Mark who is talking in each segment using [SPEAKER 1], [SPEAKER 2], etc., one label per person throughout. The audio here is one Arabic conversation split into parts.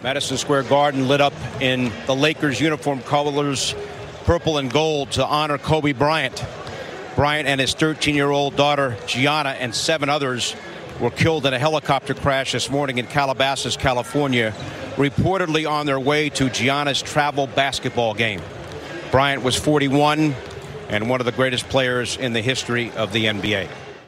[SPEAKER 1] Madison Square Garden lit up in the Lakers uniform colors, purple and gold, to honor Kobe Bryant. Bryant and his 13-year-old daughter, Gianna, and 7 others were killed in a helicopter crash this morning in Calabasas, California, reportedly on their way to Gianna's travel basketball game. Bryant was 41 and one of the greatest players in the history of the NBA.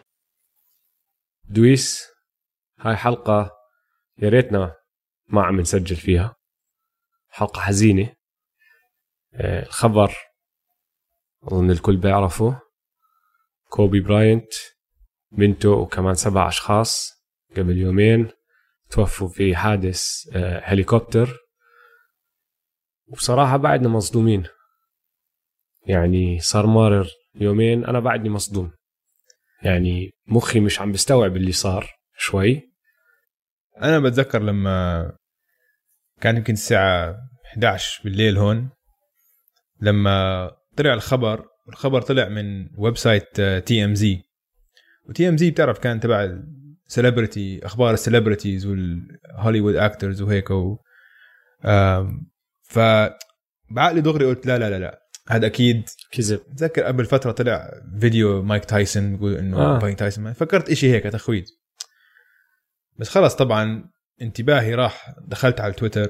[SPEAKER 2] دويس، هاي حلقة يا ريتنا ما عم نسجل فيها. حلقة حزينة. الخبر أظن الكل بيعرفه. كوبي براينت، بنته وكمان 7 أشخاص قبل يومين توفوا في حادث هليكوبتر. وبصراحة بعدنا مصدومين، يعني صار مارر يومين أنا بعدني مصدوم، يعني مخي مش عم بستوعب اللي صار شوي.
[SPEAKER 3] أنا بتذكر لما كان يمكن الساعة 11 بالليل هون، لما طلع الخبر طلع من ويب سايت TMZ، وTMZ بتعرف كان تبع السليبرتي، أخبار السليبرتيز والهوليوود أكترز وهيك فبعقلي دغري قلت لا هذا أكيد
[SPEAKER 2] كذب.
[SPEAKER 3] تذكر قبل فترة طلع فيديو مايك تايسون بيقول إنه مايك تايسون، فكرت إشي هيك تخويد، بس خلص طبعا انتباهي راح، دخلت على تويتر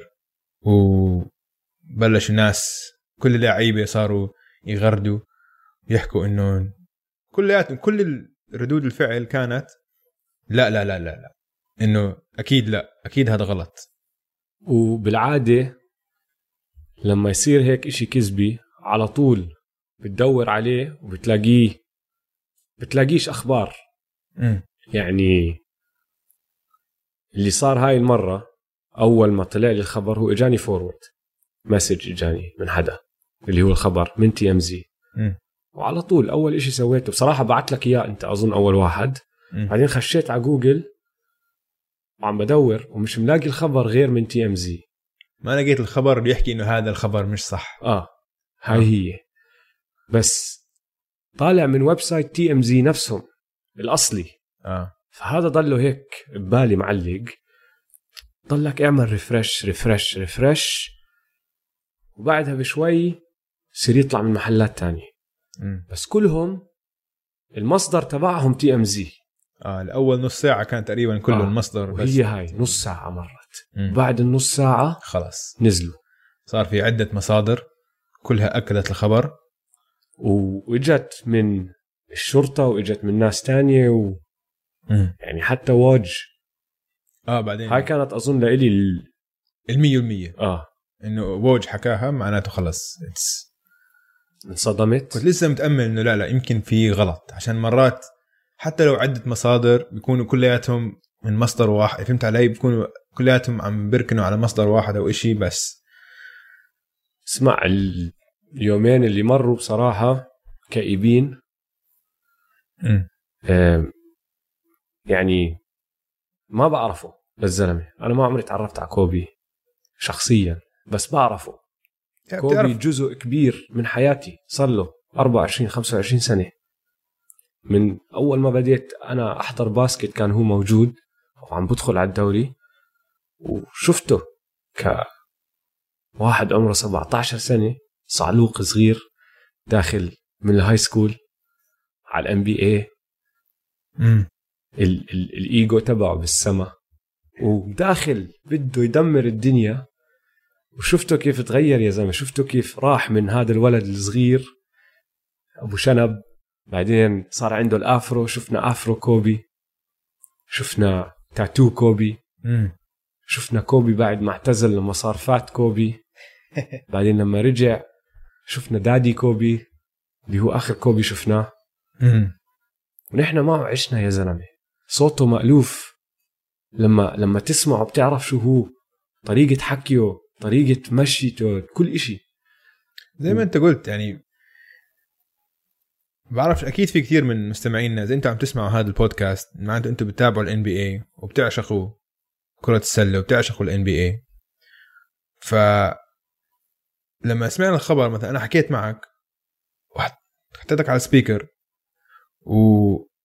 [SPEAKER 3] وبلش الناس كل اللعيبة صاروا يغردوا يحكوا إنه كل ردود الفعل كانت لا إنه أكيد هذا غلط.
[SPEAKER 2] وبالعادة لما يصير هيك إشي كذبي على طول بتدور عليه بتلاقيش أخبار. يعني اللي صار هاي المرة، أول ما طلع لي الخبر هو إجاني فورورد مسج، إجاني من حدا اللي هو الخبر من TMZ. وعلى طول أول إشي سويته بصراحة بعت لك إياه أنت أظن أول واحد. بعدين خشيت على جوجل وعم بدور ومش ملاقي الخبر غير من TMZ.
[SPEAKER 3] ما لقيت الخبر بيحكي إنه هذا الخبر مش صح.
[SPEAKER 2] هاي هي، بس طالع من ويب سايت TMZ نفسهم الأصلي. فهذا ضله هيك ببالي معلق، ضلك اعمل ريفرش وبعدها بشوي يصير يطلع من محلات تانية. بس كلهم المصدر تبعهم TMZ.
[SPEAKER 3] الأول نص ساعة كان تقريبا كله المصدر، بس
[SPEAKER 2] وهي هاي نص ساعة مرت. بعد النص ساعة
[SPEAKER 3] خلاص
[SPEAKER 2] نزلوا،
[SPEAKER 3] صار في عدة مصادر كلها أكدت الخبر،
[SPEAKER 2] وإجت من الشرطة وإجت من ناس تانية يعني حتى واج.
[SPEAKER 3] بعدين
[SPEAKER 2] هاي كانت أظن لإلي
[SPEAKER 3] 100% إنه واج حكاها، معناته خلص
[SPEAKER 2] انصدمت.
[SPEAKER 3] كنت لسه متأمل إنه لا يمكن في غلط، عشان مرات حتى لو عدة مصادر بيكونوا كلياتهم من مصدر واحد، فهمت علي؟ بيكونوا كلياتهم عم بركنوا على مصدر واحد أو إشي. بس
[SPEAKER 2] اسمع، اليومين اللي مروا بصراحة كئيبين. يعني ما بعرفه للزلمة، أنا ما عمري تعرفت على كوبي شخصيا، بس بعرفه. كوبي جزء كبير من حياتي، صار له 24-25 سنة. من أول ما بديت أنا أحضر باسكت كان هو موجود وعم بدخل على الدوري، وشفته كواحد عمره 17 سنة، صعلوق صغير داخل من الهاي سكول على NBA. الإيجو تبعه بالسما وداخل بده يدمر الدنيا. وشفته كيف تغير يا زلمة، شفته كيف راح من هذا الولد الصغير أبو شنب، بعدين صار عنده الأفرو، شفنا أفرو كوبي، شفنا تاتو كوبي، شفنا كوبي بعد ما اعتزل لما صار فات كوبي، بعدين لما رجع شفنا دادي كوبي اللي هو آخر كوبي شفناه. ونحن معه عشنا يا زلمة، صوته مألوف. لما تسمعه بتعرف شو هو، طريقة حكيه، طريقة مشيته، كل إشي
[SPEAKER 3] زي ما انت قلت. يعني بعرفش، أكيد في كتير من مستمعينا إذا أنتوا عم تسمعوا هذا البودكاست معناته أنتوا بتتابعوا ال NBA وبتعشقوا كرة السلة وبتعشقوا ال NBA. فلما سمعنا الخبر مثلا أنا حكيت معك وحطيتك على سبيكر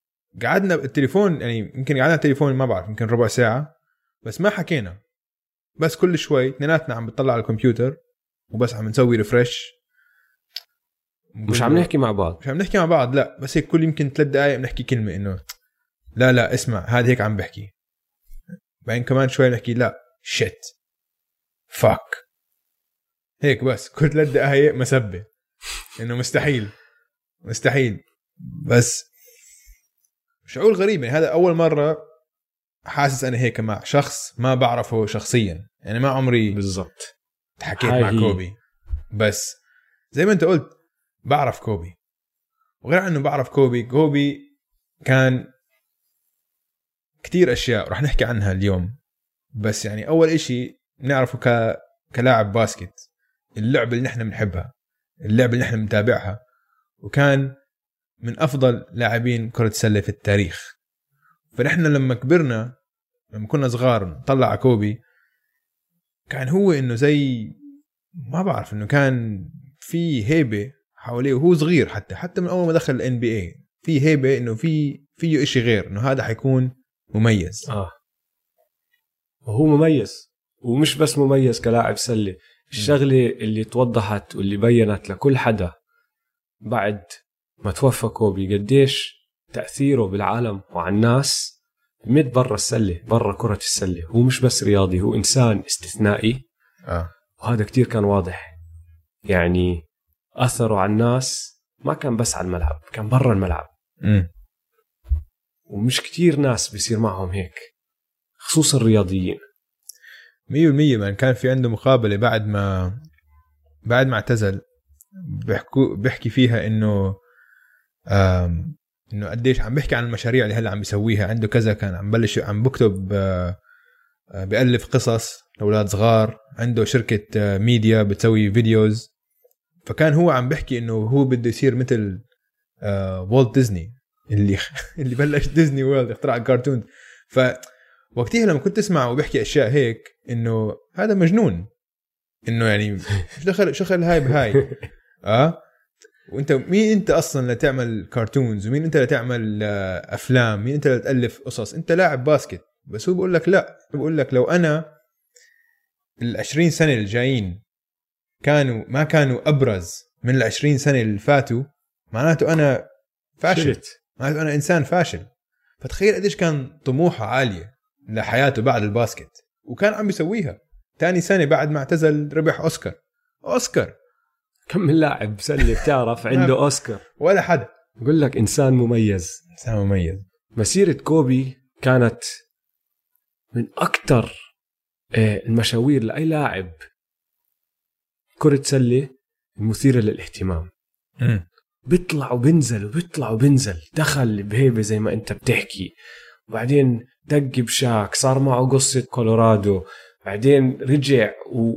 [SPEAKER 3] وقعدنا بالتليفون، يعني يمكن قعدنا على التليفون ما بعرف يمكن ربع ساعة بس ما حكينا. بس كل شوي اثنيناتنا عم بتطلع على الكمبيوتر وبس عم نسوي ريفرش،
[SPEAKER 2] مش عم نحكي مع بعض، لا بس هيك كل يمكن 3 دقائق بنحكي كلمة إنه لا اسمع هذا هيك عم بحكي، بعدين كمان شوي نحكي لا shit fuck هيك، بس كل 3 دقائق مسبة إنه مستحيل. بس شعور غريب يعني، هذا أول مرة حاسس أنا هيك مع شخص ما بعرفه شخصيا، يعني ما عمري بالضبط
[SPEAKER 3] تحكيت مع كوبي، بس زي ما أنت قلت بعرف كوبي، وغير أنه بعرف كوبي كان كتير أشياء رح نحكي عنها اليوم. بس يعني أول إشي نعرفه كلاعب باسكت، اللعبة اللي نحن بنحبها، اللعبة اللي نحن بنتابعها، وكان من أفضل لاعبين كرة سلة في التاريخ. فنحن لما كبرنا، لما كنا صغار نطلع على كوبي، كان هو إنه زي ما بعرف إنه كان في هيبة حواليه وهو صغير، حتى من أول ما دخل NBA في هيبة إنه فيه إشي غير، إنه هذا حيكون مميز.
[SPEAKER 2] وهو مميز، ومش بس مميز كلاعب سلة. الشغلة اللي توضحت واللي بينت لكل حدا بعد ما توفى كوبي قديش تأثيره بالعالم وعلى الناس مد برا السلة، برا كرة السلة. هو مش بس رياضي، هو إنسان استثنائي. وهذا كتير كان واضح، يعني أثره على الناس ما كان بس على الملعب، كان برا الملعب. ومش كتير ناس بيصير معهم هيك، خصوصا الرياضيين.
[SPEAKER 3] 100%. من كان في عنده مقابلة بعد ما اعتزل، بيحكي فيها إنه قديش عم بيحكي عن المشاريع اللي هلا عم بيسويها. عنده كذا، كان عم بكتب، بيألف قصص لأولاد صغار، عنده شركة ميديا بتسوي فيديوز. فكان هو عم بيحكي إنه هو بده يصير مثل والت ديزني اللي بلش ديزني وورلد، اخترع الكرتون. فوقتها لما كنت تسمع وبيحكي أشياء هيك إنه هذا مجنون، إنه يعني شغل هاي بهاي. وانت مين انت اصلا لتعمل كرتونز، ومين انت لتعمل افلام، مين انت لتألف قصص؟ انت لاعب باسكت. بس هو بقول لك لا، بقول لك لو انا 20 سنة الجايين ما كانوا ابرز من 20 سنة اللي فاتوا، معناته انا فاشل، معناته انا انسان فاشل. فتخيل قديش كان طموحه عالية لحياته بعد الباسكت، وكان عم بيسويها. تاني سنة بعد ما اعتزل ربح اوسكار. كم
[SPEAKER 2] من لاعب سلة بتعرف عنده أوسكار؟
[SPEAKER 3] ولا حدا.
[SPEAKER 2] بقول لك إنسان مميز. مسيرة كوبي كانت من أكتر المشاوير لأي لاعب كرة سلة مثيرة للاهتمام. بيطلع وبنزل، دخل بهيبة زي ما أنت بتحكي، وبعدين دق بشاك، صار معه قصة كولورادو، بعدين رجع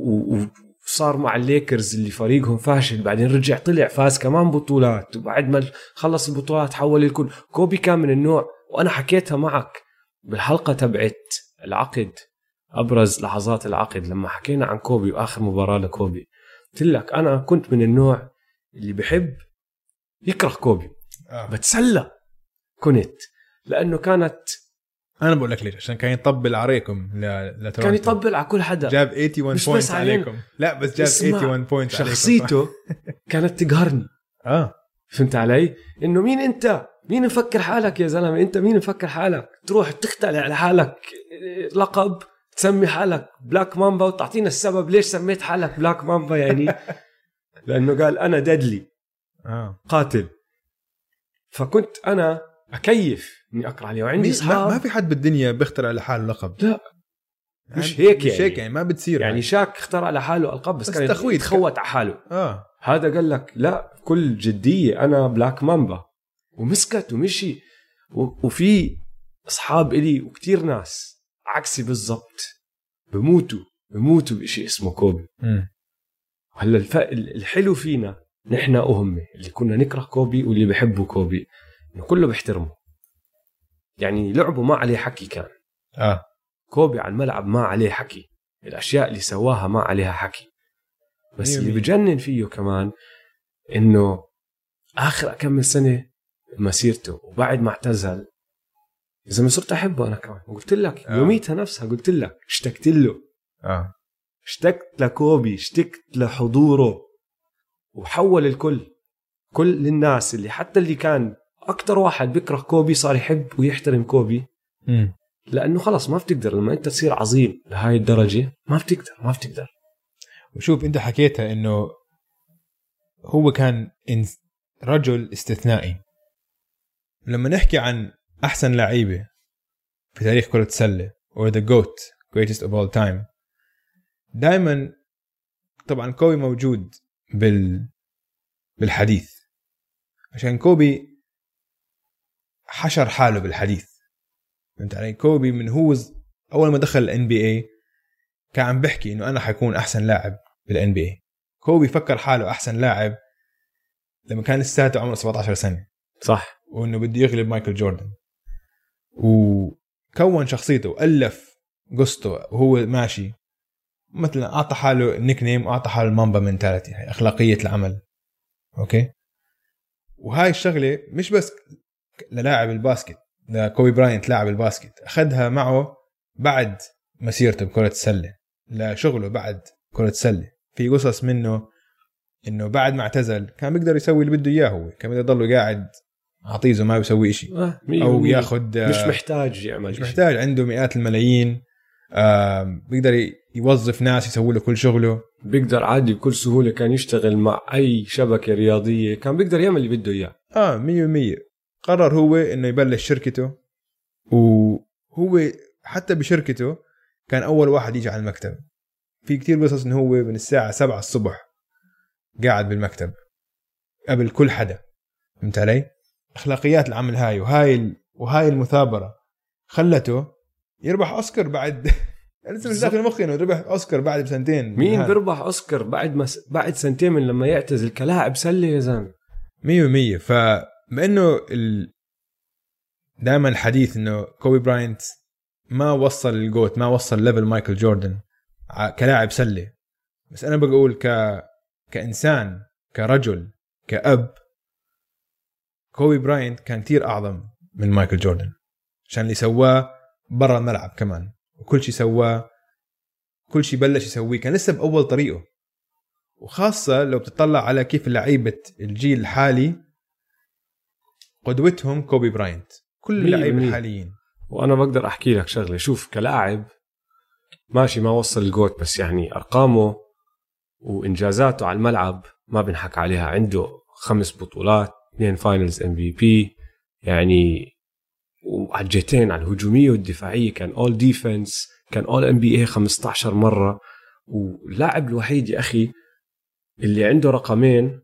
[SPEAKER 2] صار مع الليكرز اللي فريقهم فاشل، بعدين رجع طلع فاز كمان بطولات، وبعد ما خلص البطولات حول الكل. كوبي كان من النوع، وأنا حكيتها معك بالحلقة تبعت العقد، أبرز لحظات العقد لما حكينا عن كوبي وآخر مباراة لكوبي. قلت لك أنا كنت من النوع اللي بحب يكره كوبي، بتسلى كنت، لأنه كانت،
[SPEAKER 3] أنا بقول لك ليش، عشان كان يطبل عليكم
[SPEAKER 2] كان يطبل على كل حدا،
[SPEAKER 3] جاب 81 بوينت عليكم. لا بس جاب 81 بوينت عليكم.
[SPEAKER 2] شخصيته كانت تقهرني. فهمت علي؟ إنه مين أنت؟ مين مفكر حالك يا زلمة؟ أنت مين مفكر حالك؟ تروح تختلع على حالك لقب، تسمي حالك بلاك مامبا، وتعطينا السبب ليش سميت حالك بلاك مامبا يعني لأنه قال أنا ديدلي، قاتل. فكنت أنا أكيف إني أقرأ عليه، وعندي أصحاب.
[SPEAKER 3] ما في حد بالدنيا بيخترع لحاله لقب.
[SPEAKER 2] لا مش هيك يعني.
[SPEAKER 3] مش هيك يعني، ما بتصير
[SPEAKER 2] يعني شاك اخترع لحاله ألقاب، بس كان يتخوت على حاله. هذا قال لك لا، كل جدية أنا بلاك مامبا، ومسكت ومشي. وفي أصحاب إلي وكتير ناس عكسي بالضبط، بموتوا بإشي اسمه كوبي. هلا الحلو فينا نحن وهم اللي كنا نكره كوبي واللي بيحبوا كوبي، إنه كله بيحترمه. يعني لعبه ما عليه حكي كان. كوبي على الملعب ما عليه حكي، الأشياء اللي سواها ما عليها حكي. بس اللي بجنن فيه كمان إنه آخر أكمل سنة مسيرته وبعد ما اعتزل، إذا ما صرت أحبه أنا كمان. قلت لك يوميتها نفسها، قلت لك اشتقت له. اشتقت لكوبي، اشتقت لحضوره، وحول كل الناس اللي حتى اللي كان أكتر واحد بيكره كوبي صار يحب ويحترم كوبي. لأنه خلاص ما بتقدر لما أنت تصير عظيم لهاي الدرجة، ما بتقدر.
[SPEAKER 3] وشوف أنت حكيتها إنه هو كان رجل استثنائي. لما نحكي عن أحسن لعيبة في تاريخ كرة السلة or the GOAT greatest of all time، دائما طبعا كوبي موجود بالحديث، عشان كوبي حشر حاله بالحديث. فهمت علي؟ كوبي من هو أول ما دخل ال NBA كان عم بحكي إنه أنا حيكون أحسن لاعب بال NBA. كوبي فكر حاله أحسن لاعب لما كان لساته عمره 17 سنة،
[SPEAKER 2] صح،
[SPEAKER 3] وإنه بده يغلب مايكل جوردن، وكون شخصيته وألف قصته وهو ماشي. مثلا أعطى حاله النيك نيم وأعطى حاله المامبا منتاليتي، هي أخلاقية العمل. أوكي، وهاي الشغلة مش بس للاعب الباسكت، لكوبي براينت لاعب الباسكت أخذها معه بعد مسيرته بكرة السلة، لشغله بعد كرة السلة. في قصص منه إنه بعد ما اعتزل كان بيقدر يسوي اللي بده إياه، هو كان بيقدر يضل قاعد عطيزه ما بيسوي إشي، أو ياخد
[SPEAKER 2] مش محتاج يعمل،
[SPEAKER 3] مش محتاج، عنده مئات الملايين، بيقدر يوظف ناس يسوي له كل شغله،
[SPEAKER 2] بيقدر عادي بكل سهولة كان يشتغل مع أي شبكة رياضية، كان بيقدر يعمل اللي بده إياه.
[SPEAKER 3] 100%. قرر هو إنه يبلش شركته، وهو حتى بشركته كان أول واحد يجي على المكتب. في كتير قصص إنه هو من الساعة 7 الصبح قاعد بالمكتب قبل كل حدا. فهمت علي؟ أخلاقيات العمل هاي وهاي المثابرة خلته يربح أوسكار بعد لسه مش داخل مخي إنه يربح أوسكار بعد بسنتين.
[SPEAKER 2] مين بيربح أوسكار بعد سنتين من لما يعتزل كلاعب سلة يا زلمة؟
[SPEAKER 3] 100%. فما إنه دائما الحديث إنه كوبي براينت ما وصل الجوت، ما وصل ليفل مايكل جوردن كلاعب سلة، بس أنا بقول كإنسان، كرجل، كأب، كوبي براينت كان كتير أعظم من مايكل جوردن، عشان اللي سواه برا الملعب كمان، وكل شيء سواه، كل شيء بلش يسويه كان لسه بأول طريقه. وخاصة لو بتطلع على كيف لعيبة الجيل الحالي قدوتهم كوبي براينت، كل اللعيبة الحاليين.
[SPEAKER 2] وأنا بقدر أحكي لك شغلة، شوف كلاعب ماشي ما وصل الجوت، بس يعني أرقامه وإنجازاته على الملعب ما بنحك عليها. عنده 5 بطولات، 2 فاينلز MVP، يعني وعلى الجهتين، على الهجومية والدفاعية كان all defense، كان all NBA 15 مرة. واللاعب الوحيد يا أخي اللي عنده رقمين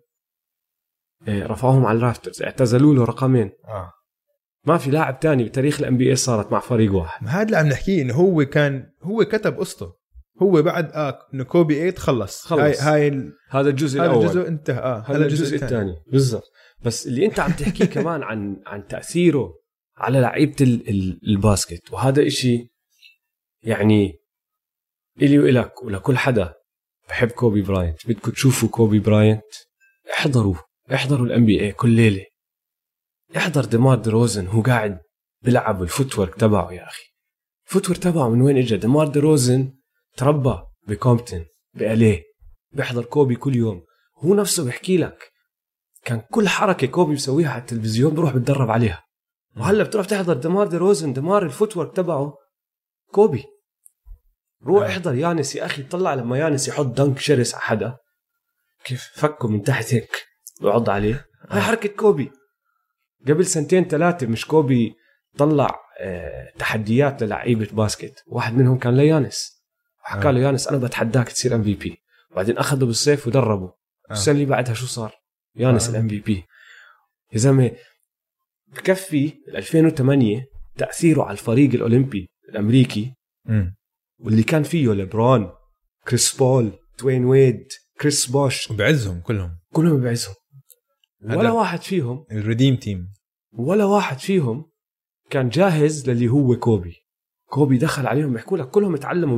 [SPEAKER 2] رفعوهم على الرافترز، اعتزلوا له رقمين. ما في لاعب تاني بتاريخ ال NBA صارت مع فريق واحد.
[SPEAKER 3] هذا اللي عم نحكيه، إنه هو كتب قصته. هو بعد إنه كوبي 8 خلص.
[SPEAKER 2] هذا الجزء الأول،
[SPEAKER 3] هذا الجزء انتهى.
[SPEAKER 2] هذا الجزء الثاني بالضبط. بس اللي أنت عم تحكيه كمان عن تأثيره على لعيبة الباسكت، وهذا إشي يعني إلي وإلك ولكل حدا بحب كوبي براينت. بدكم تشوفوا كوبي براينت، احضروا ال NBA كل ليلة. احضر ديمار دروزن هو قاعد بلعب الفوتورك تبعه. يا أخي الفوتورك تبعه من وين إجا؟ ديمار دروزن تربى بكومبتون بأليه، بيحضر كوبي كل يوم. هو نفسه بيحكي لك كان كل حركة كوبي بيسويها على التلفزيون بروح بتدرب عليها. وهلا بتروح تحضر ديمار دروزن، ديمار الفوتورك تبعه كوبي. روح احضر يانس يا أخي، طلع لما يانس يحط دنك شرس على حدا كيف فكه من تحت هيك ويعض عليه. هاي حركة كوبي. قبل 2-3 مش كوبي طلع تحديات للعيبة باسكت، واحد منهم كان ليانس، وحكى له يانس أنا بتحداك تصير MVP. وبعدين أخذه بالصيف ودربه. السنة اللي بعدها شو صار؟ يانس MVP. يا زلمة بكفي 2008 تأثيره على الفريق الأولمبي الأمريكي واللي كان فيه ليبرون، كريس بول، دوين ويد، كريس بوش،
[SPEAKER 3] وبعزهم كلهم
[SPEAKER 2] بعزهم. ولا واحد فيهم
[SPEAKER 3] الريديم تيم،
[SPEAKER 2] ولا واحد فيهم كان جاهز للي هو كوبي دخل عليهم. بيحكوا لك كلهم اتعلموا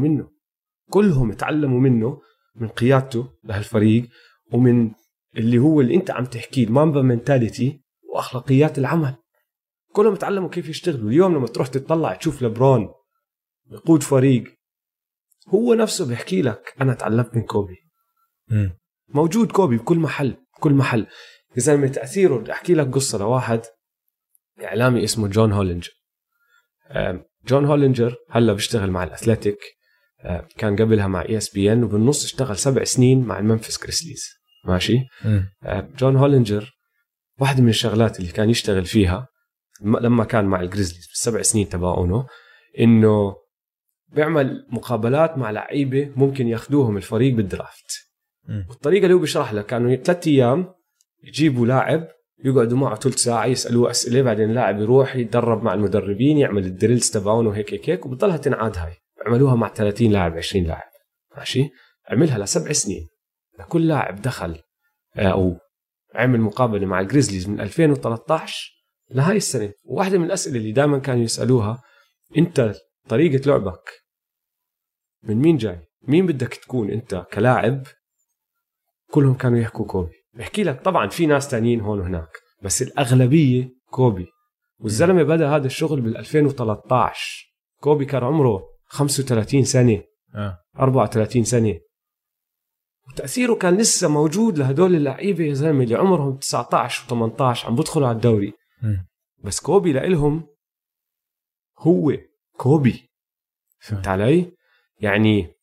[SPEAKER 2] منه من قيادته لهالفريق، ومن اللي انت عم تحكيه المامبا منتاليتي واخلاقيات العمل. كلهم اتعلموا كيف يشتغلوا. اليوم لما تروح تطلع تشوف لبرون يقود فريق هو نفسه بيحكي لك أنا تعلمت من كوبي. موجود كوبي بكل محل كل محل. يا زلمة تأثيره، بدي أحكي لك قصة لواحد إعلامي اسمه جون هولينجر. جون هولينجر هلا بيشتغل مع الأثليتيك، كان قبلها مع ESPN، وبالنص اشتغل 7 سنين مع المنفس كريسليز. ماشي. جون هولينجر واحدة من الشغلات اللي كان يشتغل فيها لما كان مع الجريزليز بالسبع سنين تبعونه إنه بيعمل مقابلات مع لعيبة ممكن ياخدوهم الفريق بالدرافت. والطريقة اللي هو بيشرح لك كانوا 3 أيام يجيبوا لاعب يقعدوا معه ثلث ساعة يسألوه أسئلة، بعدين اللاعب يروح يتدرب مع المدربين يعمل الدريلز تبعونه وهيك هيك، وبتضلها تنعاد. هاي عملوها مع 30 لاعب 20 لاعب. ماشي. عملها ل7 سنين لكل لاعب دخل أو عمل مقابلة مع الجريزليز من 2013 لهاي السنة. وواحدة من الأسئلة اللي دائما كانوا يسألوها أنت طريقة لعبك من مين جاي؟ مين بدك تكون أنت كلاعب؟ كلهم كانوا يحكوا كوبي. بحكي لك طبعا في ناس تانيين هون وهناك، بس الأغلبية كوبي. والزلمة بدأ هذا الشغل بال2013. كوبي كان عمره 35 سنة 34 سنة، وتأثيره كان لسه موجود لهدول اللعيبة يا زلمة اللي عمرهم 19 و18 عم بدخلوا على الدوري. بس كوبي لإلهم هو كوبي. فهمت علي؟ يعني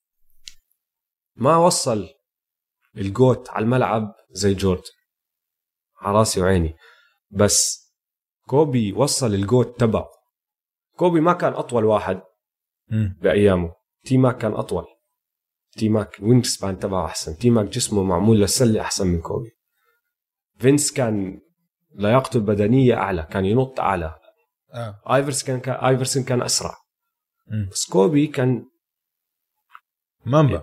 [SPEAKER 2] ما وصل الجوت على الملعب زي جوردن، على راسي وعيني، بس كوبي وصل الجوت تبعه. كوبي ما كان أطول واحد بأيامه، تي ماك كان أطول. تي ماك وينج سبان تبعه أحسن، تي ماك جسمه معمول للسلة أحسن من كوبي. فينس كان لياقته البدنية أعلى، كان ينط أعلى. آيفرسون كان أسرع. بس كوبي كان
[SPEAKER 3] مامبا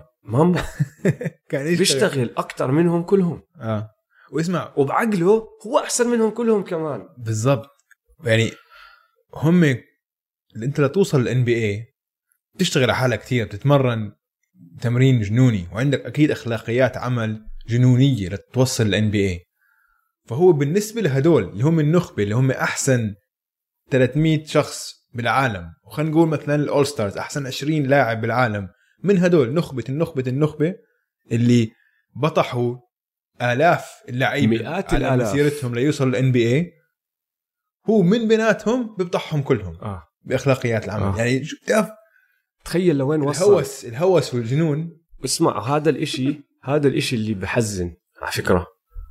[SPEAKER 2] كان بيشتغل أكتر منهم كلهم.
[SPEAKER 3] واسمع،
[SPEAKER 2] وبعقله هو أحسن منهم كلهم كمان.
[SPEAKER 3] بالضبط. يعني هم انت لتوصل للNBA تشتغل على حالك كتير، تتمرن تمرين جنوني، وعندك أكيد أخلاقيات عمل جنونية لتوصل للNBA. فهو بالنسبة لهدول اللي هم النخبة، اللي هم أحسن 300 شخص بالعالم، وخلينا نقول مثلا الأول ستارز أحسن 20 لاعب بالعالم، من هدول نخبة اللي بطحوا آلاف اللعيبة
[SPEAKER 2] مئات
[SPEAKER 3] على
[SPEAKER 2] الآلاف
[SPEAKER 3] مسيرتهم ليوصل للNBA، هو من بيناتهم بيبطحهم كلهم بأخلاقيات العمل. يعني شو بتعرف،
[SPEAKER 2] تخيل لوين وصل
[SPEAKER 3] الهوس والجنون.
[SPEAKER 2] اسمع، هذا الاشي اللي بحزن. على فكرة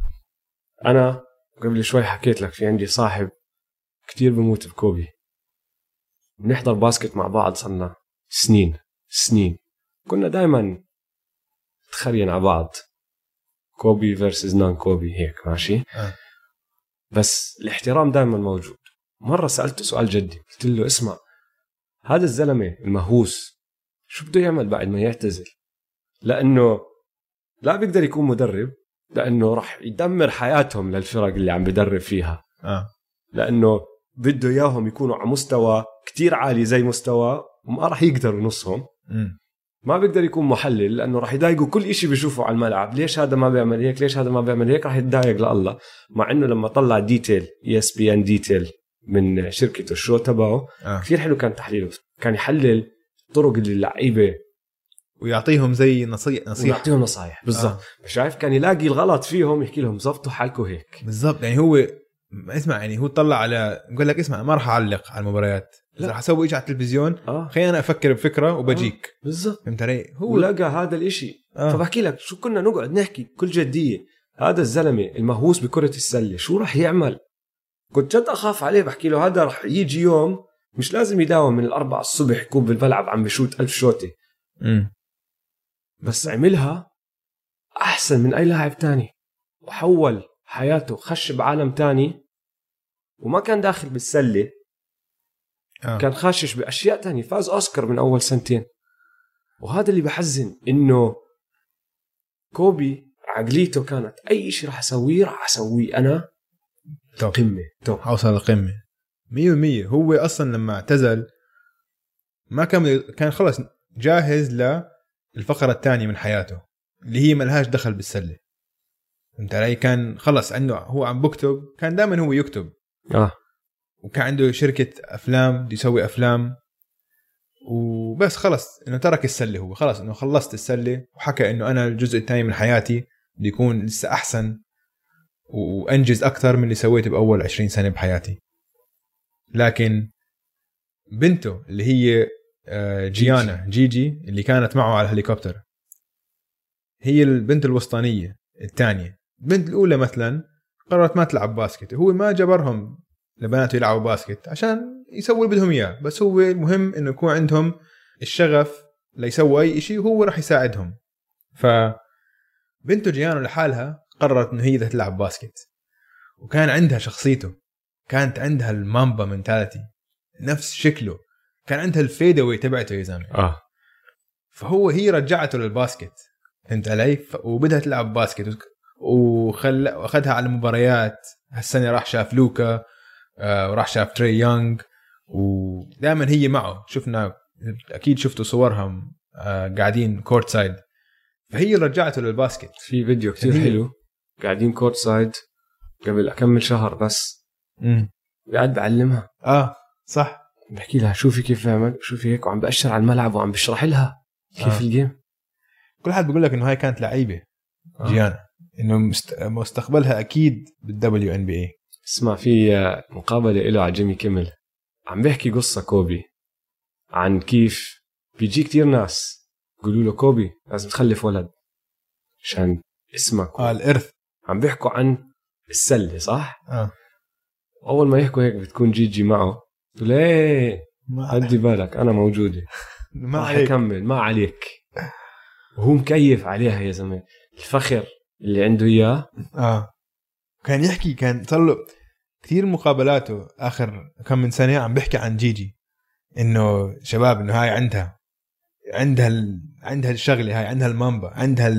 [SPEAKER 2] أنا قبل شوي حكيت لك في عندي صاحب كتير بموت بكوبي، بنحضر باسكت مع بعض صرنا سنين، كنا دايما تخرين على بعض، كوبي versus نان كوبي هيك ماشي. بس الاحترام دايما موجود. مرة سألته سؤال جدي، قلت له اسمع، هذا الزلمة المهووس شو بده يعمل بعد ما يعتزل؟ لأنه لا بيقدر يكون مدرب، لأنه راح يدمر حياتهم للفرق اللي عم بدرب فيها. لأنه بده إياهم يكونوا على مستوى كتير عالي زي مستوى، وما راح يقدروا نصهم. ما بيقدر يكون محلل، لأنه راح يضايقوا كل إشي بيشوفوا على الملعب. ليش هذا ما بيعمل هيك؟ ليش هذا ما بيعمل هيك؟ راح يتضايق لله. مع إنه لما طلع ديتيل ESPN ديتيل من شركته الشو تبعه كثير حلو كان تحليله، كان يحلل طرق اللي اللعيبة
[SPEAKER 3] ويعطيهم زي نصيحة
[SPEAKER 2] نصايح بالضبط. شايف كان يلاقي الغلط فيهم يحكي لهم زبطوا حالكم هيك
[SPEAKER 3] بالضبط. يعني هو اسمع، يعني هو طلع على يقول لك اسمع، ما راح أعلق على المباريات، راح أسوي إيش على التلفزيون. خلينا أنا أفكر بفكرة وبجيك.
[SPEAKER 2] بالضبط.
[SPEAKER 3] فهمت علي؟
[SPEAKER 2] هو لقى هذا الإشي. فبحكي لك شو كنا نقعد نحكي بكل جدية، هذا الزلمة المهووس بكرة السلة شو راح يعمل؟ كنت جد أخاف عليه، بحكي له هذا راح يجي يوم مش لازم يداوم من 4 الصبح يكون بالملعب عم بشوت 1000 شوتة. بس عملها أحسن من أي لاعب تاني، وحول حياته، خش بعالم تاني، وما كان داخل بالسلة. كان خاشش بأشياء تانية، فاز أوسكار من أول 2 سنين. وهذا اللي بحزن، إنه كوبي عقليته كانت أي شيء راح أسويه أنا قمة توب،
[SPEAKER 3] أوصل القمة 100%. هو أصلا لما اعتزل ما كان خلص جاهز للفقرة الثانية من حياته اللي هي ملهاش دخل بالسلة. انت علي؟ كان خلص عنده، هو عم بكتب، كان دائما هو يكتب. وكان عنده شركة أفلام، بده يسوي أفلام، وبس خلص انه ترك السله، هو خلص انه خلصت السله، وحكى انه انا الجزء الثاني من حياتي بدي يكون لسه احسن وانجز اكثر من اللي سويته باول 20 سنه بحياتي. لكن بنته اللي هي جيانا جيجي اللي كانت معه على الهليكوبتر هي البنت الوسطانيه الثانيه. البنت الاولى مثلا قررت ما تلعب باسكت، هو ما جبرهم لبناته يلعبوا باسكت عشان يسووا اللي بدهم اياه، بس هو المهم انه يكون عندهم الشغف ليسووا اي شيء وهو راح يساعدهم. فبنته جيانا لحالها قررت انه هي بدها تلعب باسكت، وكان عندها شخصيته، كانت عندها المامبا منتاليتي نفس شكله، كان عندها الفيدوي تبعته يا زلمه. فهو هي رجعته للباسكت، فهمت علي؟ وبدها تلعب باسكت واخذها على المباريات. هالسنه راح شاف لوكا وراح شاف تري يونغ، ودائما هي معه. شفنا اكيد شفتوا صورهم قاعدين كورت سايد، فهي رجعته للباسكت.
[SPEAKER 2] في فيديو كتير حلو قاعدين كورت سايد قبل أكمل شهر بس قاعد بعلمها.
[SPEAKER 3] صح،
[SPEAKER 2] بحكي لها شوفي كيف بعمل، شوفي هيك، وعم بأشر على الملعب وعم بشرح لها كيف الجيم.
[SPEAKER 3] كل حد بيقول لك انه هاي كانت لعيبه جيانا، انه مستقبلها اكيد بالدبليو ان بي اي.
[SPEAKER 2] اسمع، في مقابله له على جيمي كيمل عم بيحكي قصه كوبي عن كيف بيجي كتير ناس يقولوا له كوبي لازم تخلف ولد عشان اسمك
[SPEAKER 3] الارث.
[SPEAKER 2] عم بيحكوا عن السله، صح؟ اول ما يحكوا هيك بتكون جيجي معه تقول ايه هدي بالك انا موجوده
[SPEAKER 3] ما
[SPEAKER 2] راح اكمل ما عليك. وهو مكيف عليها يا زلمه، الفخر اللي عنده اياه.
[SPEAKER 3] كان يحكي، كان صار له كثير مقابلاته اخر كم من سنه عم بيحكي عن جيجي انه شباب انه هاي عندها الشغله، هاي عندها المامبا، عندها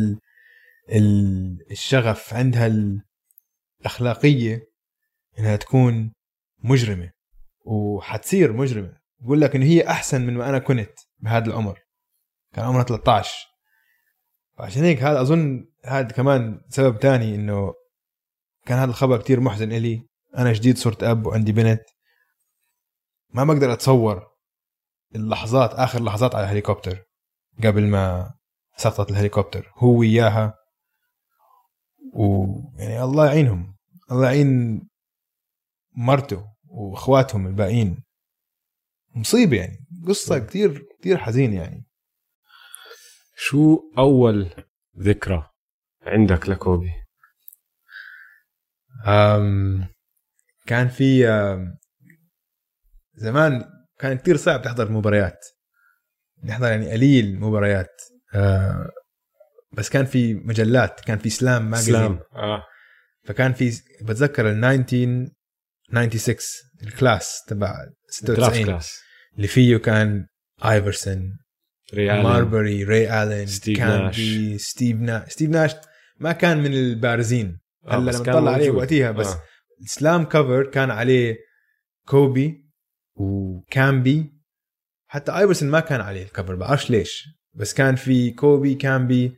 [SPEAKER 3] الشغف، عندها الاخلاقيه انها تكون مجرمه وحتصير مجرمه. بقول لك انه هي احسن من ما انا كنت بهذا العمر، كان عمرها 13. عشان هيك هذا اظن هذا كمان سبب تاني انه كان هذا الخبر كتير محزن إلي. انا جديد صرت اب وعندي بنت، ما بقدر اتصور اللحظات، اخر لحظات على الهليكوبتر قبل ما سقطت الهليكوبتر هو وياها. ويعني الله يعينهم، الله يعين مرته واخواتهم الباقيين. مصيبه يعني، قصه كتير كتير حزين يعني.
[SPEAKER 2] شو اول ذكرى عندك لكوبي؟
[SPEAKER 3] كان في زمان كان كتير صعب تحضر مباريات، نحضر يعني قليل مباريات، بس كان في مجلات، كان في سلام ماجازين. فكان في بتذكر 1996 الكلاس تبع 96 اللي فيه كان ايفرسون، ماربري، راي آلين، ستيف ناش ما كان من البارزين. هلا لما نطلع عليه وقتها بس السلام كفر كان عليه كوبي وكامبي، حتى ايفرسون ما كان عليه الكفر، بعرفش ليش، بس كان في كوبي، كامبي،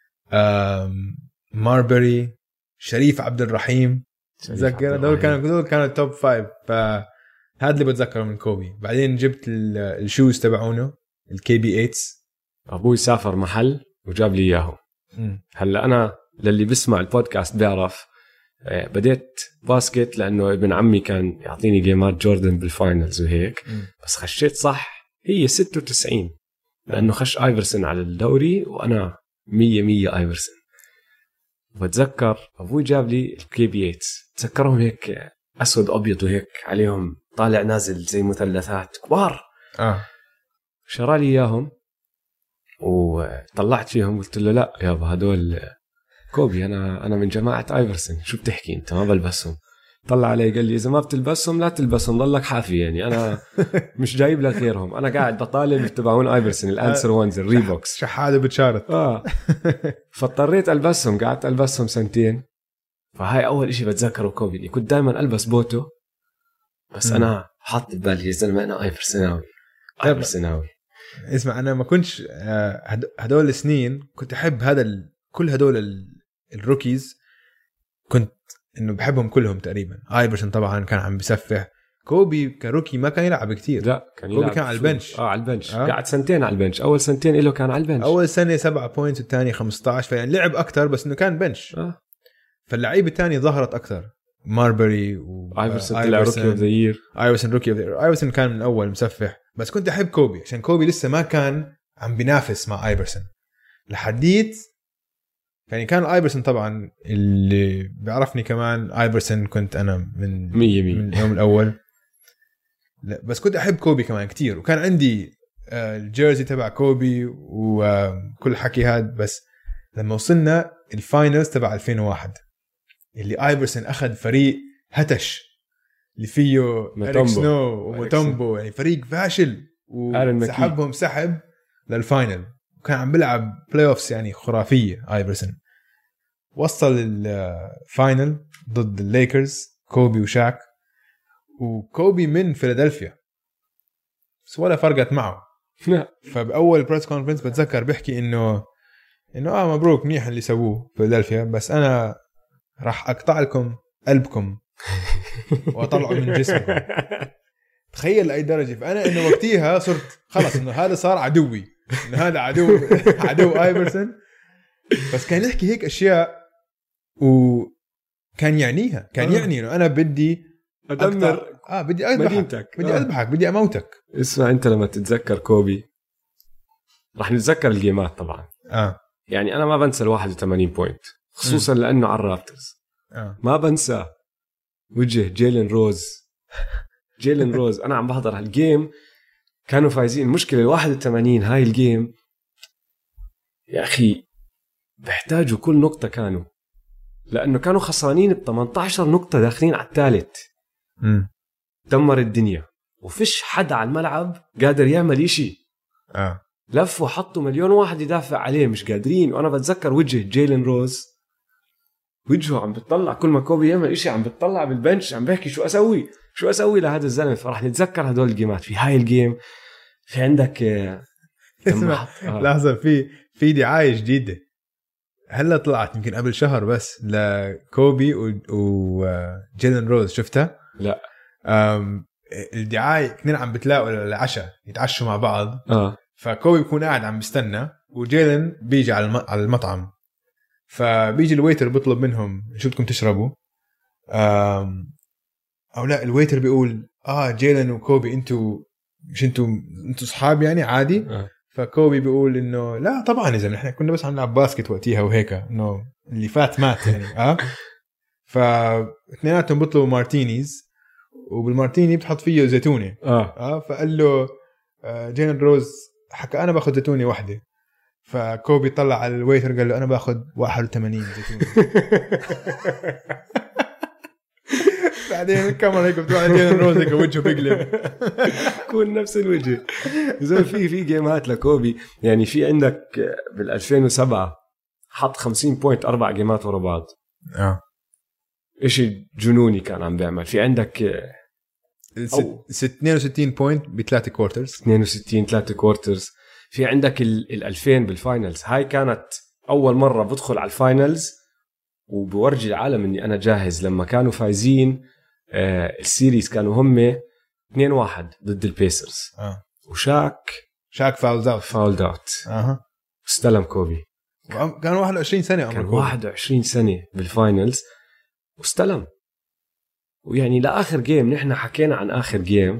[SPEAKER 3] ماربري، شريف عبد الرحيم. تذكر دول كانوا توب 5. فهذا اللي بتذكره من كوبي. بعدين جبت الشوز تبعونه الكي بي 8.
[SPEAKER 2] ابوي سافر محل وجاب لي اياهم. هلا انا للي بسمع البودكاست بيعرف بديت باسكت لانه ابن عمي كان يعطيني جيمات جوردن بالفاينلز وهيك. بس خشيت صح هي 96 لانه خش ايفرسون على الدوري وانا 100 ايفرسون. وبتذكر ابوي جاب لي الكي بي 8، تذكرهم هيك اسود ابيض وهيك عليهم طالع نازل زي مثلثات كبار. شرى لي اياهم وطلعت فيهم، قلت له لا يابا هدول كوبي، انا من جماعه ايفرسون، شو بتحكي انت ما بلبسهم. طلع علي قال لي اذا ما بتلبسهم لا تلبسهم، ضلك حافي، يعني انا مش جايب لك غيرهم، انا قاعد بطالب تبعون ايفرسون الانسر وانز الريبوكس
[SPEAKER 3] شحاده بتشارت.
[SPEAKER 2] فاضطريت البسهم، قعدت البسهم 2 سنين. فهاي اول إشي بتذكره كوبي. كنت دائما البس بوتو، بس انا حاط ببالي يا زلمه انا ايفرسوناوي.
[SPEAKER 3] اسمع، انا ما كنتش هدول السنين كنت احب كل هدول الروكيز، كنت انه بحبهم كلهم تقريبا. ايفرسون طبعا كان عم بسفح، كوبي كروكي ما كان يلعب كتير.
[SPEAKER 2] لا كان
[SPEAKER 3] كوبي
[SPEAKER 2] يلعب
[SPEAKER 3] كان على البنش.
[SPEAKER 2] على البنش قعد سنتين على البنش. اول سنتين له كان على البنش.
[SPEAKER 3] اول سنه 7 بوينتس والثاني 15 فيعني لعب اكتر بس انه كان بنش. فاللعيبه الثانيه ظهرت اكثر. ماربري
[SPEAKER 2] وايفرسون طلع روكي اوف ذا يير.
[SPEAKER 3] ايفرسون كان من اول مسفح. بس كنت احب كوبي عشان كوبي لسه ما كان عم بينافس مع ايفرسون لحديت. يعني كان ايفرسون طبعا اللي بيعرفني كمان ايفرسون كنت انا من
[SPEAKER 2] 100%
[SPEAKER 3] من اليوم الاول. لا بس كنت احب كوبي كمان كتير وكان عندي الجيرزي تبع كوبي وكل حكي هاد. بس لما وصلنا الفاينلز تبع 2001 اللي ايفرسون اخذ فريق هتش اللي فيه إريك سنو وموتومبو يعني فريق فاشل وسحبهم سحب للفاينل وكان عم بيلعب بلاي اوفس يعني خرافيه. ايفرسون وصل الفاينل ضد الليكرز كوبي وشاك وكوبي من فيلادلفيا بس ولا فرقت معه. فبأول بريس كونفرنس بتذكر بيحكي انه مبروك منيح اللي سووه فيلادلفيا بس انا راح اقطع لكم قلبكم واطلعه من جسمكم. تخيل لاي درجه. فانا انه وقتها صرت خلص انه هذا صار عدوي انه هذا عدو ايفرسون. بس كان يحكي هيك اشياء وكان يعنيها. كان يعني انه انا بدي
[SPEAKER 2] ادمر
[SPEAKER 3] بدي اذبحك بدي اذبحك بدي اموتك.
[SPEAKER 2] اسمع انت لما تتذكر كوبي راح نتذكر الجيمات طبعا. يعني انا ما بنسى ال 81 بوينت خصوصا لانه على الرابترز. ما بنسى وجه جيلين روز. انا عم بحضر هالجيم كانوا فايزين. المشكله ال 81 هاي الجيم يا اخي بيحتاجوا كل نقطه كانوا لانه كانوا خسرانين ب 18 نقطه داخلين على الثالث. دمر الدنيا وفيش حدا على الملعب قادر يعمل إشي. لفوا حطوا مليون واحد يدافع عليه مش قادرين. وانا بتذكر وجه جيلين روز وجهه عم بتطلع كل ما كوبي يعمل إشي عم بتطلع بالبنش عم بحكي شو اسوي لهذا الزلمه. فراح نتذكر هدول الجيمات. في هاي الجيم في عندك
[SPEAKER 3] لحظه في دعايه جديده هلا طلعت يمكن قبل شهر بس لكوبي وجيلين روز. شفتها؟
[SPEAKER 2] لا.
[SPEAKER 3] الدعايه كنا عم بتلاقوا العشاء يتعشوا مع بعض. فكوبي بيكون قاعد عم بيستنى وجيلين بيجي على المطعم. فبيجي الويتر بيطلب منهم شو بدكم تشربوا او لا. الويتر بيقول جيلين وكوبي انتوا اصحاب يعني عادي. فكوبي بيقول انه لا طبعا اذا نحن كنا بس عم نلعب باسكت وقتها وهيك انه اللي فات مات يعني. فاثنيناتهم بيطلبوا مارتينيز وبالمارتيني بتحط فيه زيتونه. فقال له جيلين روز حكى انا باخذ زيتونه واحده. فكوبي طلع على الويتر قال له انا باخذ 81 زيتونه. بعدين الكاميرا هيك بتروح على جيلين روز هيك وجهه بيقلب
[SPEAKER 2] كون نفس الوجه. زي في جيمات لكوبي يعني. في عندك بال 2007 حط 50 بوينت 4 جيمات ورا بعض. إشي جنوني كان عم بيعمل. في عندك
[SPEAKER 3] 62 بوينت ب3 كوارترز.
[SPEAKER 2] 62 3 كوارترز. في عندك ال 2000 بالفاينلز. هاي كانت أول مرة بدخل على الفاينلز وبورجي العالم إني أنا جاهز. لما كانوا فايزين السيريز كانوا هم 2-1 ضد البيسرز. وشاك فاولد اوت. استلم كوبي.
[SPEAKER 3] كان 21 سنة.
[SPEAKER 2] كان 21 سنة بالفاينلز واستلم. ويعني لآخر جيم نحن حكينا عن آخر جيم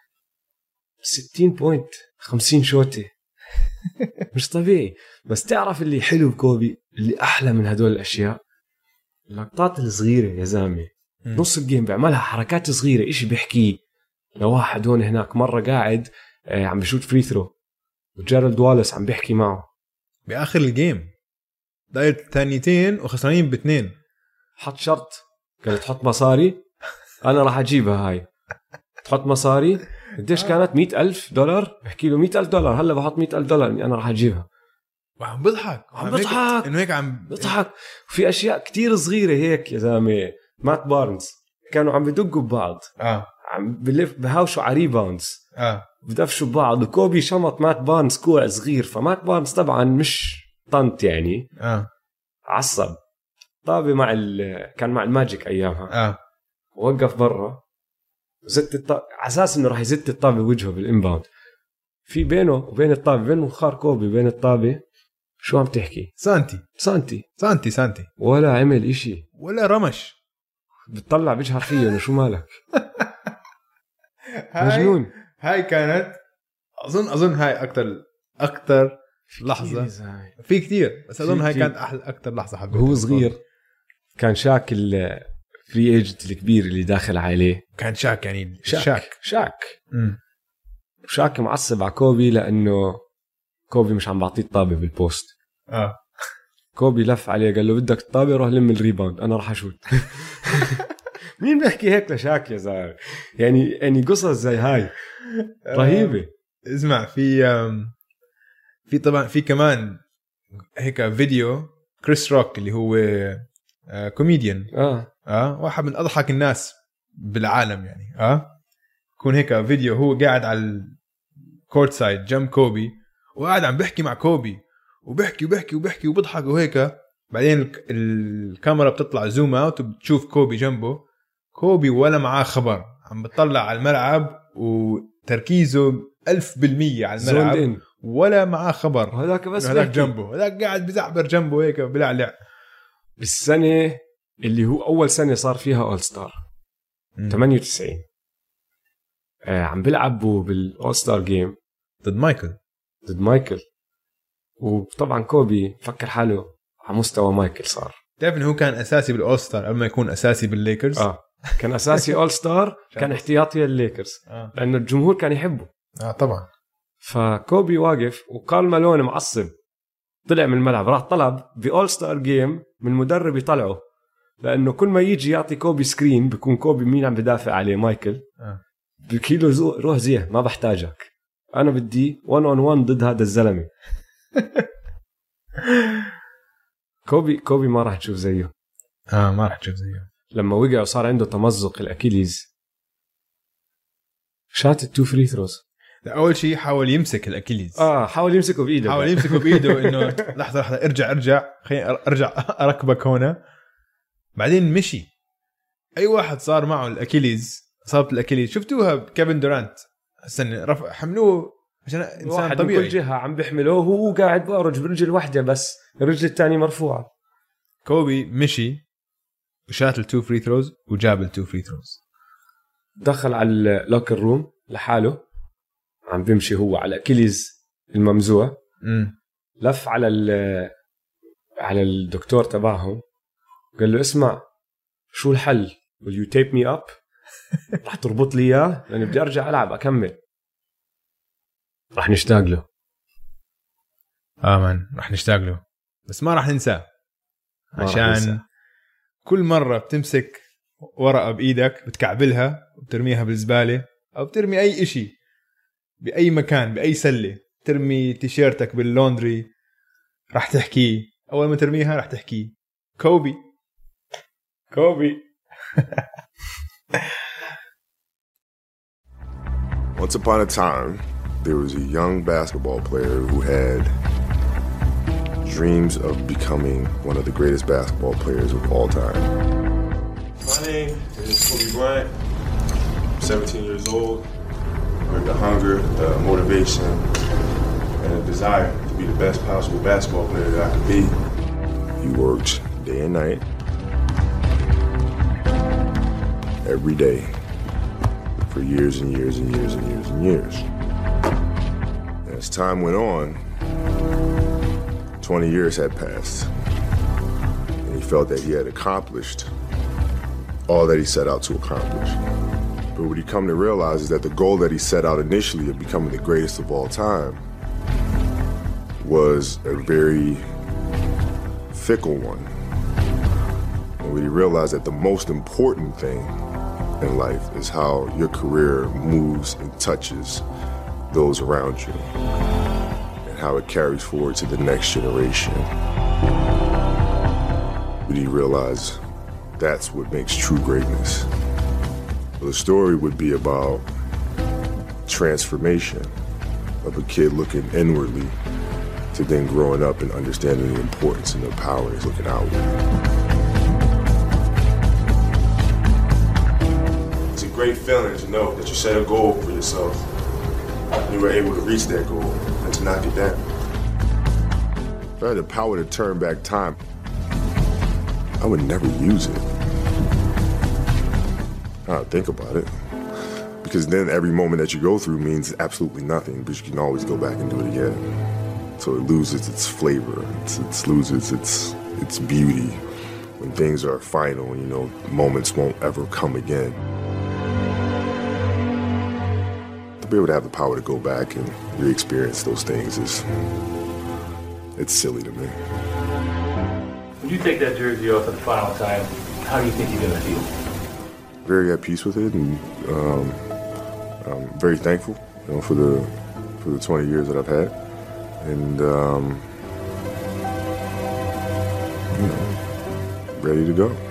[SPEAKER 2] 60 بوينت 50 شوتة. مش طبيعي. بس تعرف اللي حلو بكوبي اللي أحلى من هدول الأشياء اللقطات الصغيرة يا زلمة. نص الجيم بيعملها حركات صغيرة. إشي بيحكيه لواحد هون هناك. مرة قاعد عم بشوت فري ثرو وجيرالد والاس عم بيحكي معه
[SPEAKER 3] بآخر الجيم داير ثانيتين وخسرانين ب2.
[SPEAKER 2] حط شرط قال تحط مصاري أنا راح أجيبها. هاي تحط مصاري قديش كانت $100,000. بحكي له $100,000 هلا بحط $100,000 إني أنا راح أجيبها.
[SPEAKER 3] وعم بضحك إنه هيك عم
[SPEAKER 2] بضحك. وفي أشياء كتير صغيرة هيك يا زلمة. مات بارنز كانوا عم بدقوا ببعض. عم بهاوشوا على ريباوندز. بدفشوا ببعض. وكوبي شمط مات بارنز كوع صغير. فمات بارنز طبعا مش طنط يعني. عصب. طابة كان مع الماجيك أيامها. وقف برا زت الطابة على اساس انه راح يزت الطابة بوجهه بالانباوند. في بينه وبين الطابة، بين مخار كوبي وبين الطابة شو عم تحكي؟
[SPEAKER 3] سانتي
[SPEAKER 2] ولا عمل اشي
[SPEAKER 3] ولا رمش.
[SPEAKER 2] بتطلع بيجهر فيه انه شو مالك. مجنون.
[SPEAKER 3] هاي كانت اظن هاي اكثر لحظه في كتير، بس اظن هاي كانت اكثر لحظه حبيتها.
[SPEAKER 2] هو صغير كان شاك الفري ايجنت الكبير اللي داخل عليه،
[SPEAKER 3] كان شاك يعني
[SPEAKER 2] شاك معصب على كوبي لانه كوبي مش عم بعطيه الطابه بالبوست. كوبي لف عليه قال له بدك الطابه روح لم الريباوند انا راح اشوت. مين بيحكي هيك لشاك يا زلمه؟ يعني قصص زي هاي رهيبه.
[SPEAKER 3] اسمع في طبعا في كمان هيك فيديو كريس روك اللي هو كوميديان واحد من اضحك الناس بالعالم يعني يكون هيك فيديو هو قاعد على الكورت سايد جنب كوبي وقاعد عم بحكي مع كوبي وبحكي وبضحك وهيك. بعدين الكاميرا بتطلع زوم اوت وبتشوف كوبي جنبه، كوبي ولا معاه خبر، عم بتطلع على الملعب وتركيزه 1000% على الملعب ولا معاه خبر. هذاك جنبه، هذاك قاعد بزعبر جنبه هيك بلعلع.
[SPEAKER 2] بالسنة اللي هو أول سنة صار فيها أول ستار 98 عم بيلعبوا بالأول ستار جيم
[SPEAKER 3] ضد مايكل. وطبعا كوبي فكر حاله على مستوى مايكل. صار تعرف انه هو كان اساسي بالاول ستار قبل ما يكون اساسي بالليكرز.
[SPEAKER 2] كان اساسي اول ستار، كان احتياطي للليكرز لانه الجمهور كان يحبه.
[SPEAKER 3] طبعا.
[SPEAKER 2] فكوبي واقف وكارل مالون معصب طلع من الملعب، راح طلب باول ستار جيم من مدرب يطلعه لانه كل ما يجي يعطي كوبي سكرين بيكون كوبي مين عم بدافع عليه؟ مايكل. بكيلو روح زيه ما بحتاجك، انا بدي 1 on 1 ضد هذا الزلمه. كوبي ما راح تشوف زيه.
[SPEAKER 3] ما راح تشوف زيه.
[SPEAKER 2] لما وقع وصار عنده تمزق الأكيليز شات 2 فري ثروز.
[SPEAKER 3] اول شيء حاول يمسك الأكيليز.
[SPEAKER 2] حاول يمسكه بايده
[SPEAKER 3] انه لحظه ارجع خليني ارجع اركبك هنا. بعدين مشي. اي واحد صار معه الأكيليز، اصابه الأكيليز شفتوها بكيفن دورانت استنى رفع حملوه عشان انسان طبيعي
[SPEAKER 2] كل جهه عم بيحمله وهو قاعد بارج برجل واحده بس الرجل الثانيه مرفوعه.
[SPEAKER 3] كوبي مشي وشات ال2 فري ثروز وجاب ال2 فري ثروز.
[SPEAKER 2] دخل على اللوكر روم لحاله عم بيمشي هو على الأكيليز الممزوع. لف على الدكتور تبعهم قال له اسمع شو الحل؟ will you tape me up؟ راح تربط لي اياه لاني بدي ارجع العب اكمل. راح نشتاق له.
[SPEAKER 3] راح نشتاق له بس ما راح ننساه عشان كل مرة بتمسك ورقة بإيدك بتكعبلها وبترميها بالزبالة أو بترمي أي إشي بأي مكان بأي سلة، ترمي تيشيرتك باللوندري راح تحكي، أول ما ترميها راح تحكي كوبي.
[SPEAKER 4] Once upon a time, there was a young basketball player who had dreams of becoming one of the greatest basketball players of all time.
[SPEAKER 5] My name is Kobe Bryant. I'm 17 years old. With the hunger, the motivation, and the desire to be the best possible basketball player that I could be.
[SPEAKER 4] He worked day and night, every day, for years and years and years and years and years. And as time went on, 20 years had passed, and he felt that he had accomplished all that he set out to accomplish. But what he come to realize is that the goal that he set out initially of becoming the greatest of all time was a very fickle one. And what he realized that the most important thing in life is how your career moves and touches those around you and how it carries forward to the next generation. But he realized that's what makes true greatness. Well, the story would be about transformation of a kid looking inwardly to then growing up and understanding the importance and the power is looking outward.
[SPEAKER 5] It's a great feeling to know that you set a goal for yourself and you were able to reach that goal and to knock it down.
[SPEAKER 4] If I had the power to turn back time, I would never use it. I don't think about it. Because then every moment that you go through means absolutely nothing, but you can always go back and do it again. So it loses its flavor, it loses its beauty when things are final, you know, moments won't ever come again. To be able to have the power to go back and re-experience those things it's silly to me.
[SPEAKER 6] When you take that jersey off for the final time, how do you think you're going to feel?
[SPEAKER 4] Very at peace with it, and I'm very thankful, you know, for the 20 years that I've had, and you know, ready to go.